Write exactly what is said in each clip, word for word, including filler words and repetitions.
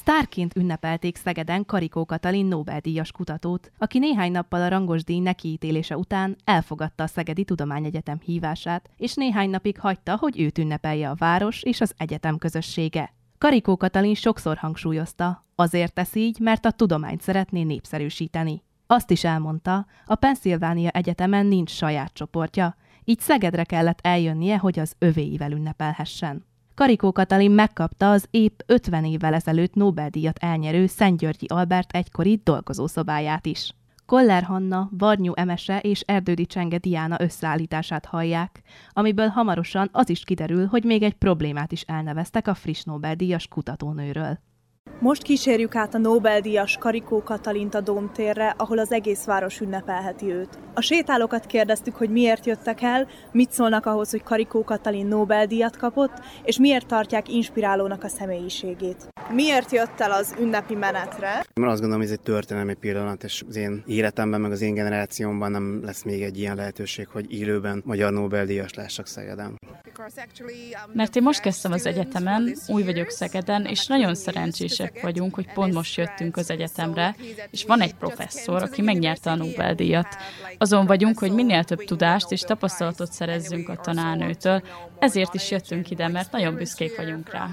Sztárként ünnepelték Szegeden Karikó Katalin Nobel-díjas kutatót, aki néhány nappal a rangosdíj nekiítélése után elfogadta a Szegedi Tudományegyetem hívását, és néhány napig hagyta, hogy őt ünnepelje a város és az egyetem közössége. Karikó Katalin sokszor hangsúlyozta, azért tesz így, mert a tudományt szeretné népszerűsíteni. Azt is elmondta, a Pennsylvania Egyetemen nincs saját csoportja, így Szegedre kellett eljönnie, hogy az övéivel ünnepelhessen. Karikó Katalin megkapta az épp ötven évvel ezelőtt Nobel-díjat elnyerő Szent-Györgyi Albert egykori dolgozószobáját is. Koller Hanna, Varnyú Emese és Erdődy Csenge Diana összeállítását hallják, amiből hamarosan az is kiderül, hogy még egy problémát is elneveztek a friss Nobel-díjas kutatónőről. Most kísérjük át a Nobel-díjas Karikó Katalint a Dómtérre, ahol az egész város ünnepelheti őt. A sétálókat kérdeztük, hogy miért jöttek el, mit szólnak ahhoz, hogy Karikó Katalin Nobel-díjat kapott, és miért tartják inspirálónak a személyiségét. Miért jött el az ünnepi menetre? Mert azt gondolom, hogy ez egy történelmi pillanat, és az én életemben, meg az én generációmban nem lesz még egy ilyen lehetőség, hogy élőben magyar Nobel-díjas lássak Szegeden. Mert én most kezdtem az egyetemen, új vagyok Szegeden, és nagyon szerencsések vagyunk, hogy pont most jöttünk az egyetemre, és van egy professzor, aki megnyerte a Nobel-díjat. Azon vagyunk, hogy minél több tudást és tapasztalatot szerezzünk a tanárnőtől, ezért is jöttünk ide, mert nagyon büszkék vagyunk rá.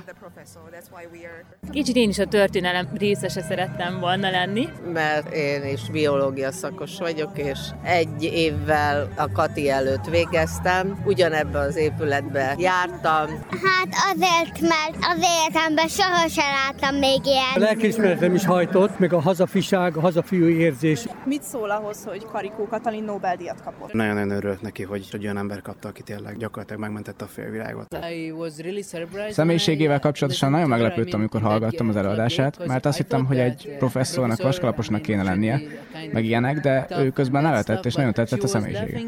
Kicsit én is a történelem részese szerettem volna lenni. Mert én is biológia szakos vagyok, és egy évvel a Kati előtt végeztem, ugyanebben az épületben jártam. Hát azért, mert az életemben sohasem láttam még ilyen. A lelkiismeretem is hajtott, meg a hazafiság, a hazafiú érzés. Mit szól ahhoz, hogy Karikó Katalin Nobel-díjat kapott? Nagyon-nagyon örülök neki, hogy egy olyan ember kapta, aki tényleg gyakorlatilag megmentette a félvilágot. Személyiségével kapcsolatosan nagyon meglepődtem, amikor hallgattam az előadását, mert azt hittem, hogy egy professzornak vaskalaposnak kéne lennie, meg ilyenek, de ő közben nevetett, és nagyon tetszett a személyisége.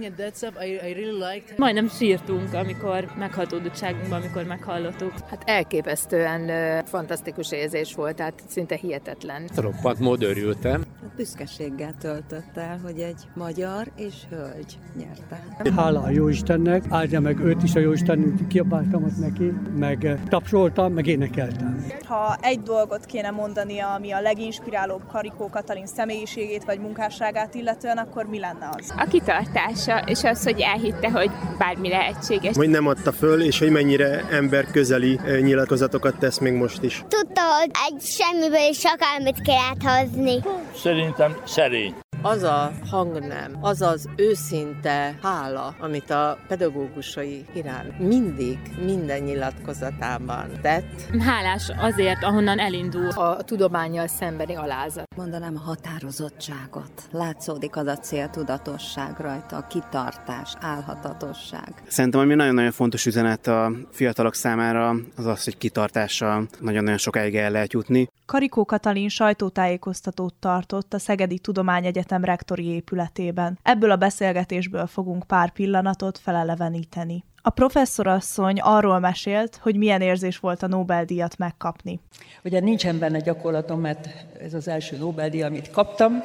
Majdnem sírtunk, amikor meghatódottságunkban, amikor meghallottuk. Hát elképesztően uh, fantasztikus érzés volt, tehát szinte hihetetlen. Roppant mód örültem. Büszkeséggel töltött el, hogy egy magyar és hölgy nyerte. Hála a Jóistennek, áldja meg őt is a Jóisten, kiabáltam ott neki, meg tapsoltam, meg énekeltem. Ha egy dolgot kéne mondania, ami a leginspirálóbb Karikó Katalin személyiségét vagy munkásságát illetően, akkor mi lenne az? A kitartása, és az, hogy elhitte, hogy bármi lehetséges. Hogy nem adta föl, és hogy mennyire emberközeli nyilatkozatokat tesz még most is. Tudta, hogy egy semmiből is akármit kellett hozni. Szerintem szerény. Az a hangnem, az az őszinte hála, amit a pedagógusai iránt mindig, minden nyilatkozatában tett. Hálás azért, ahonnan elindul. A tudománnyal szembeni alázat. Mondanám a határozottságot. Látszódik az a céltudatosság rajta, a kitartás, álhatatosság. Szerintem, ami nagyon-nagyon fontos üzenet a fiatalok számára, az az, hogy kitartással nagyon-nagyon sokáig el lehet jutni. Karikó Katalin sajtótájékoztatót tartott a Szegedi Tudományegyetem rektori épületében. Ebből a beszélgetésből fogunk pár pillanatot feleleveníteni. A professzorasszony arról mesélt, hogy milyen érzés volt a Nobel-díjat megkapni. Ugye nincsen benne gyakorlatom, mert ez az első Nobel-díj, amit kaptam.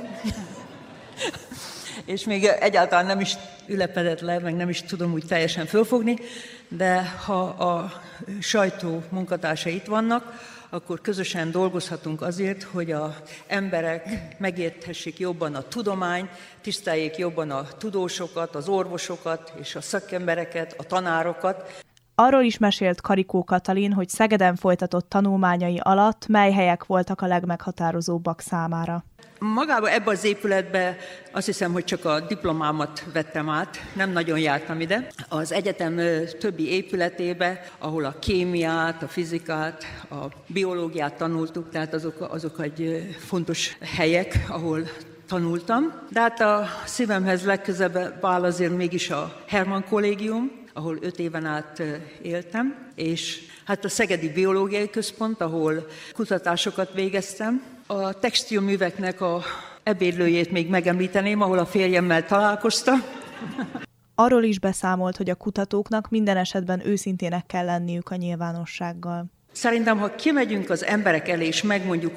És még egyáltalán nem is ülepedett le, meg nem is tudom úgy teljesen fölfogni, de ha a sajtó munkatársai itt vannak, akkor közösen dolgozhatunk azért, hogy az emberek megérthessék jobban a tudományt, tiszteljék jobban a tudósokat, az orvosokat és a szakembereket, a tanárokat. Arról is mesélt Karikó Katalin, hogy Szegeden folytatott tanulmányai alatt mely helyek voltak a legmeghatározóbbak számára. Magában ebben az épületben azt hiszem, hogy csak a diplomámat vettem át, nem nagyon jártam ide. Az egyetem többi épületébe, ahol a kémiát, a fizikát, a biológiát tanultuk, tehát azok, azok egy fontos helyek, ahol tanultam. De hát a szívemhez legközelebb áll azért mégis a Hermann Kollégium, ahol öt éven át éltem, és hát a Szegedi Biológiai Központ, ahol kutatásokat végeztem. A textilműveknek a ebédlőjét még megemlíteném, ahol a férjemmel találkoztam. Arról is beszámolt, hogy a kutatóknak minden esetben őszintének kell lenniük a nyilvánossággal. Szerintem, ha kimegyünk az emberek elé, és megmondjuk, hogy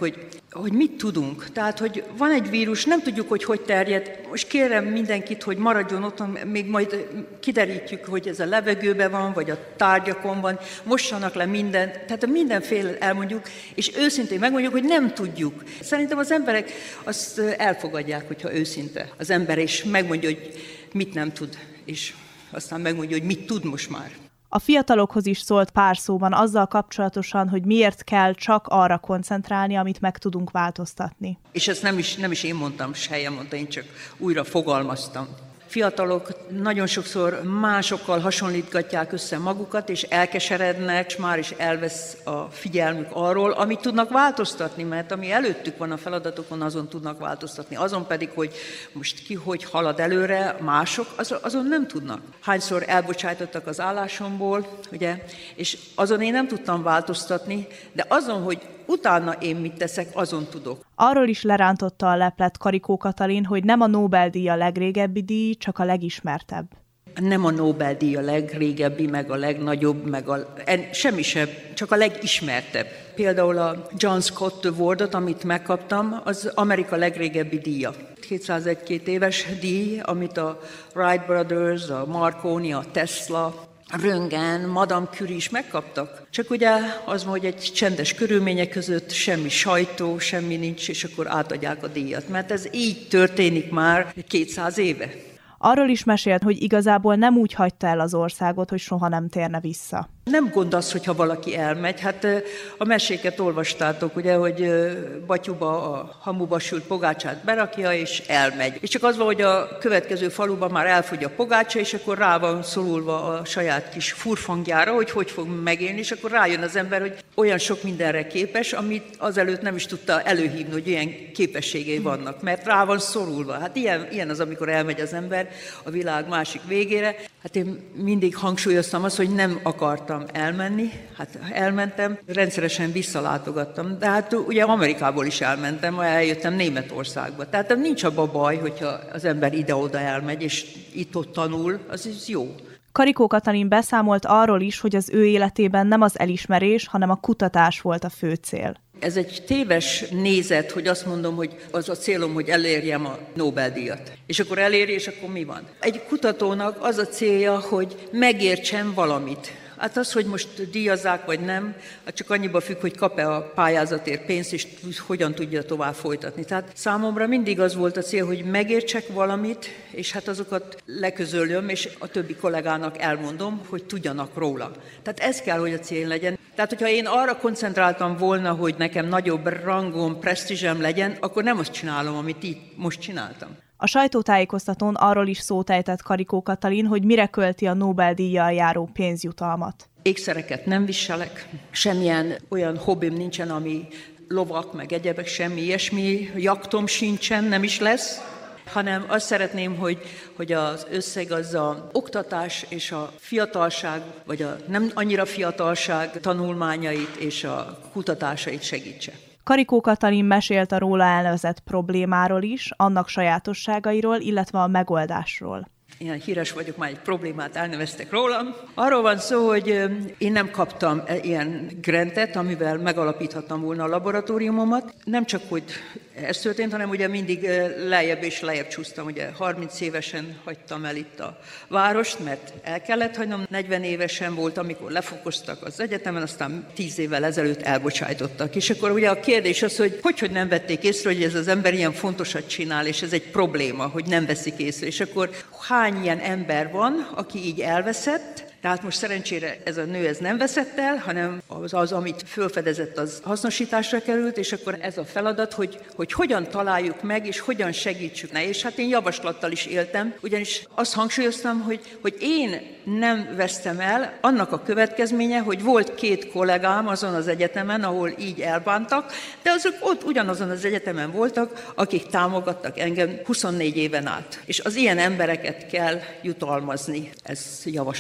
hogy mit tudunk. Tehát, hogy van egy vírus, nem tudjuk, hogy hogy terjed. Most kérem mindenkit, hogy maradjon otthon, még majd kiderítjük, hogy ez a levegőben van, vagy a tárgyakon van, mossanak le mindent, tehát mindenféle elmondjuk, és őszintén megmondjuk, hogy nem tudjuk. Szerintem az emberek azt elfogadják, hogyha őszinte az ember, és megmondja, hogy mit nem tud, és aztán megmondja, hogy mit tud most már. A fiatalokhoz is szólt pár szóban azzal kapcsolatosan, hogy miért kell csak arra koncentrálni, amit meg tudunk változtatni. És ezt nem is, nem is én mondtam, se helyen mondta, én csak újra fogalmaztam. Fiatalok nagyon sokszor másokkal hasonlítgatják össze magukat, és elkeserednek, és már is elvesz a figyelmük arról, amit tudnak változtatni, mert ami előttük van a feladatokon, azon tudnak változtatni. Azon pedig, hogy most ki hogy halad előre, mások, azon nem tudnak. Hányszor elbocsájtottak az állásomból, ugye, és azon én nem tudtam változtatni, de azon, hogy utána én mit teszek, azon tudok. Arról is lerántotta a leplet Karikó Katalin, hogy nem a Nobel-díj a legrégebbi díj, csak a legismertebb. Nem a Nobel-díj a legrégebbi, meg a legnagyobb, meg a, semmi sem, csak a legismertebb. Például a John Scott Awardot, amit megkaptam, az Amerika legrégebbi díja. kétszázegy éves díj, amit a Wright Brothers, a Marconi, a Tesla, Röntgen, Madame Curie is megkaptak. Csak ugye az, hogy egy csendes körülmények között semmi sajtó, semmi nincs, és akkor átadják a díjat. Mert ez így történik már kétszáz éve. Arról is mesélt, hogy igazából nem úgy hagyta el az országot, hogy soha nem térne vissza. Nem gond az, hogyha valaki elmegy. Hát a meséket olvastátok, ugye, hogy Batyuba a hamuba sült pogácsát berakja, és elmegy. És csak az van, hogy a következő faluban már elfogy a pogácsa, és akkor rá van szorulva a saját kis furfangjára, hogy hogy fog megélni, és akkor rájön az ember, hogy olyan sok mindenre képes, amit azelőtt nem is tudta előhívni, hogy ilyen képességei vannak, mert rá van szorulva. Hát ilyen, ilyen az, amikor elmegy az ember a világ másik végére. Hát én mindig hangsúlyoztam azt, hogy nem akartam elmenni, hát elmentem, rendszeresen visszalátogattam, de hát ugye Amerikából is elmentem, eljöttem Németországba. Tehát nincs abban baj, hogyha az ember ide-oda elmegy, és itt-ott tanul, az is jó. Karikó Katalin beszámolt arról is, hogy az ő életében nem az elismerés, hanem a kutatás volt a fő cél. Ez egy téves nézet, hogy azt mondom, hogy az a célom, hogy elérjem a Nobel-díjat. És akkor eléri, és akkor mi van? Egy kutatónak az a célja, hogy megértsen valamit. Hát az, hogy most díjazzák vagy nem, hát csak annyiba függ, hogy kap-e a pályázatért pénzt, és hogyan tudja tovább folytatni. Tehát számomra mindig az volt a cél, hogy megértsek valamit, és hát azokat leközöljön, és a többi kollégának elmondom, hogy tudjanak róla. Tehát ez kell, hogy a cél legyen. Tehát, hogyha én arra koncentráltam volna, hogy nekem nagyobb rangom, presztízsem legyen, akkor nem azt csinálom, amit itt most csináltam. A sajtótájékoztatón arról is szót ejtett Karikó Katalin, hogy mire költi a Nobel-díjjal járó pénzjutalmat. Ékszereket nem viselek, semmilyen olyan hobbim nincsen, ami lovak, meg egyebek, semmi ilyesmi, jaktom sincsen, nem is lesz, hanem azt szeretném, hogy, hogy az összeg az a oktatás és a fiatalság, vagy a nem annyira fiatalság tanulmányait és a kutatásait segítse. Karikó Katalin mesélt a róla elnevezett problémáról is, annak sajátosságairól, illetve a megoldásról. Ilyen híres vagyok, már egy problémát elneveztek rólam. Arról van szó, hogy én nem kaptam ilyen grantet, amivel megalapíthattam volna a laboratóriumomat. Nem csak, hogy ez történt, hanem ugye mindig lejjebb és lejjebb csúsztam. Ugye harminc évesen hagytam el itt a várost, mert el kellett hagynom. negyven évesen volt, amikor lefokoztak az egyetemen, aztán tíz évvel ezelőtt elbocsájtottak. És akkor ugye a kérdés az, hogy hogy, hogy nem vették észre, hogy ez az ember ilyen fontosat csinál, és ez egy probléma, hogy nem veszik észre. És akkor hány ilyen ember van, aki így elveszett, tehát most szerencsére ez a nő ez nem veszett el, hanem az, az amit felfedezett, az hasznosításra került, és akkor ez a feladat, hogy, hogy hogyan találjuk meg, és hogyan segítsük ne. És hát én javaslattal is éltem, ugyanis azt hangsúlyoztam, hogy, hogy én nem vesztem el, annak a következménye, hogy volt két kollégám azon az egyetemen, ahol így elbántak, de azok ott ugyanazon az egyetemen voltak, akik támogattak engem huszonnégy éven át. És az ilyen embereket kell jutalmazni, ezt javasoltam.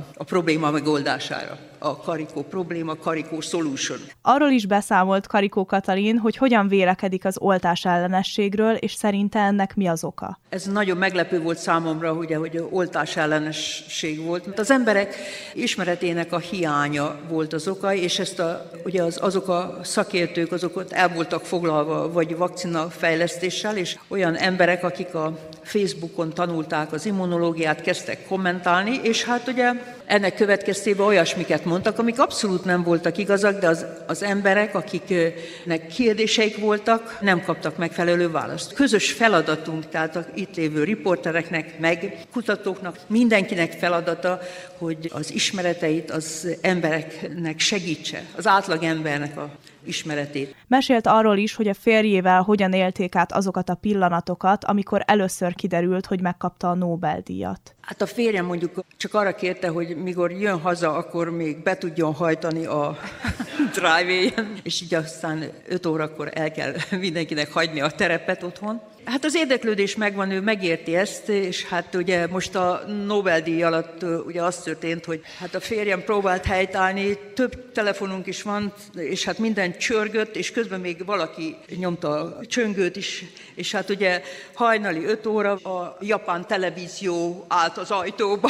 a probléma megoldására. A Karikó probléma, Karikó solution. Arról is beszámolt Karikó Katalin, hogy hogyan vélekedik az oltás ellenességről, és szerinte ennek mi az oka. Ez nagyon meglepő volt számomra, ugye, hogy oltás ellenesség volt. Az emberek ismeretének a hiánya volt az oka, és ezt a, ugye az, azok a szakértők, azok ott el voltak foglalva, vagy vakcina fejlesztéssel, és olyan emberek, akik a Facebookon tanulták az immunológiát, kezdtek kommentálni, és hát ugye ennek következtében olyasmiket mondtak, amik abszolút nem voltak igazak, de az, az emberek, akiknek kérdéseik voltak, nem kaptak megfelelő választ. Közös feladatunk, tehát az itt lévő riportereknek, meg kutatóknak, mindenkinek feladata, hogy az ismereteit az embereknek segítse, az átlag embernek a ismeretét. Mesélt arról is, hogy a férjével hogyan élték át azokat a pillanatokat, amikor először kiderült, hogy megkapta a Nobel-díjat. Hát a férjem mondjuk csak arra kérte, hogy mikor jön haza, akkor még be tudjon hajtani a drive-en, és így aztán öt órakor el kell mindenkinek hagyni a terepet otthon. Hát az érdeklődés megvan, ő megérti ezt, és hát ugye most a Nobel-díj alatt ugye az történt, hogy hát a férjem próbált helytállni, több telefonunk is van, és hát minden csörgött, és közben még valaki nyomta a csöngőt is, és hát ugye hajnali öt óra a japán televízió állt az ajtóba,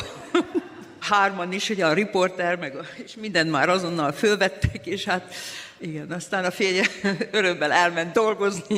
hárman is, ugye a riporter, meg a, és mindent már azonnal fölvettek, és hát igen, aztán a férje örömmel elment dolgozni.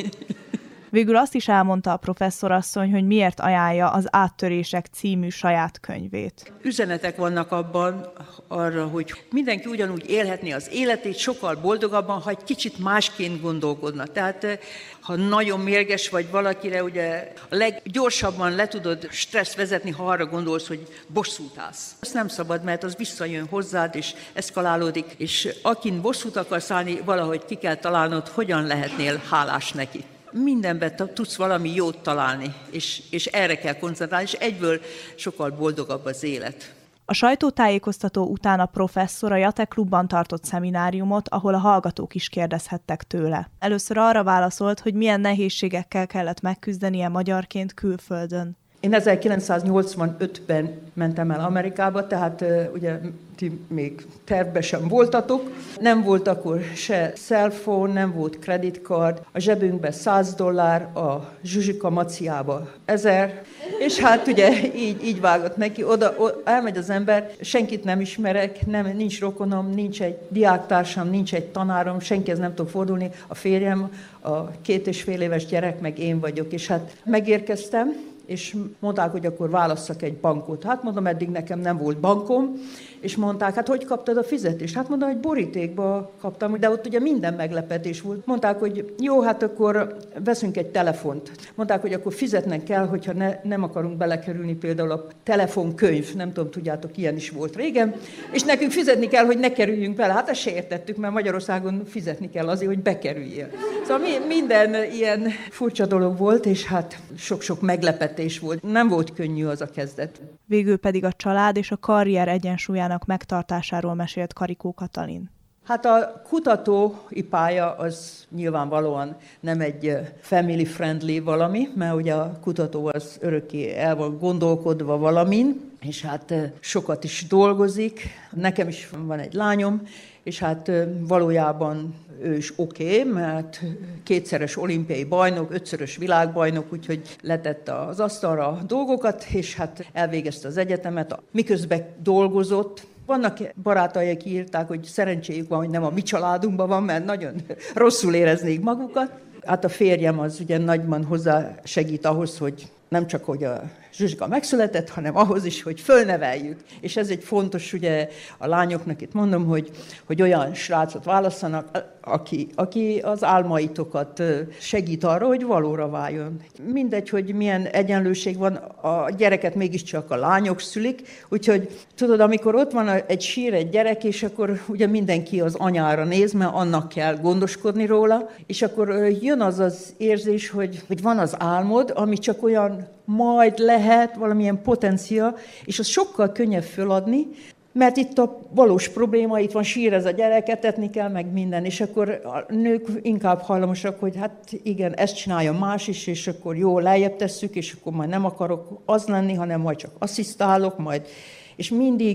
Végül azt is elmondta a professzorasszony, hogy miért ajánlja az Áttörések című saját könyvét. Üzenetek vannak abban arra, hogy mindenki ugyanúgy élhetné az életét, sokkal boldogabban, ha egy kicsit másként gondolkodna. Tehát ha nagyon mérges vagy valakire, ugye a leggyorsabban le tudod stressz vezetni, ha arra gondolsz, hogy bosszút állsz. Azt nem szabad, mert az visszajön hozzád, és eszkalálódik, és akin bosszút akarsz állni, valahogy ki kell találnod, hogyan lehetnél hálás neki. Mindenben tudsz valami jót találni, és, és erre kell koncentrálni, és egyből sokkal boldogabb az élet. A sajtótájékoztató után a professzor a Jate Klubban tartott szemináriumot, ahol a hallgatók is kérdezhettek tőle. Először arra válaszolt, hogy milyen nehézségekkel kellett megküzdenie magyarként külföldön. Én ezerkilencszáznyolcvanötben mentem el Amerikába, tehát ugye ti még tervben sem voltatok. Nem volt akkor se cellphone, nem volt credit card, a zsebünkben száz dollár, a Zsuzsika Maciába ezer, és hát ugye így, így vágott neki, oda, oda elmegy az ember, senkit nem ismerek, nem, nincs rokonom, nincs egy diáktársam, nincs egy tanárom, senkihez nem tudok fordulni, a férjem, a két és fél éves gyerek, meg én vagyok, és hát megérkeztem, és mondták, hogy akkor válasszak egy bankot. Hát mondom, eddig nekem nem volt bankom, és mondták, hát hogy kaptad a fizetést? Hát mondom, hogy borítékba kaptam, de ott ugye minden meglepetés volt. Mondták, hogy jó, hát akkor veszünk egy telefont. Mondták, hogy akkor fizetnek kell, hogyha ne, nem akarunk belekerülni például a telefonkönyv, nem tudom, tudjátok, ilyen is volt régen, és nekünk fizetni kell, hogy ne kerüljünk bele. Hát ezt se értettük, mert Magyarországon fizetni kell azért, hogy bekerüljél. Szóval mi, minden ilyen furcsa dolog volt, és hát sok-sok meglepetés volt. Nem volt könnyű az a kezdet. Végül pedig a család és a karrier egyensúlyának megtartásáról mesélt Karikó Katalin. Hát a kutatói pálya az nyilvánvalóan nem egy family-friendly valami, mert ugye a kutató az örökké el van gondolkodva valamin, és hát sokat is dolgozik. Nekem is van egy lányom, és hát valójában ő is oké, okay, mert kétszeres olimpiai bajnok, ötszörös világbajnok, úgyhogy letette az asztalra a dolgokat, és hát elvégezte az egyetemet, miközben dolgozott. Vannak barátai, akik írták, hogy szerencséjük van, hogy nem a mi családunkban van, mert nagyon rosszul éreznék magukat. Hát a férjem az ugye nagyban hozzá segít ahhoz, hogy nem csak, hogy a Zsuzsika megszületett, hanem ahhoz is, hogy fölneveljük. És ez egy fontos, ugye a lányoknak itt mondom, hogy, hogy olyan srácot válasszanak, aki, aki az álmaitokat segít arra, hogy valóra váljon. Mindegy, hogy milyen egyenlőség van, a gyereket mégiscsak a lányok szülik, úgyhogy tudod, amikor ott van egy sír, egy gyerek, és akkor ugye mindenki az anyára néz, mert annak kell gondoskodni róla, és akkor jön az az érzés, hogy, hogy van az álmod, ami csak olyan majd lehet, valamilyen potenciál, és az sokkal könnyebb föladni, mert itt a valós probléma, itt van sír ez a gyerek, etetni kell, meg minden, és akkor a nők inkább hajlamosak, hogy hát igen, ezt csinálja más is, és akkor jó, lejjebb tesszük, és akkor majd nem akarok az lenni, hanem majd csak asszisztálok, majd, és mindig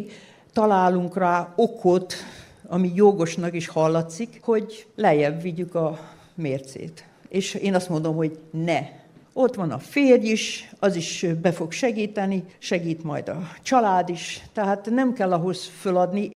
találunk rá okot, ami jogosnak is hallatszik, hogy lejjebb vigyük a mércét. És én azt mondom, hogy ne. Ott van a férj is, az is be fog segíteni, segít majd a család is, tehát nem kell ahhoz föladni.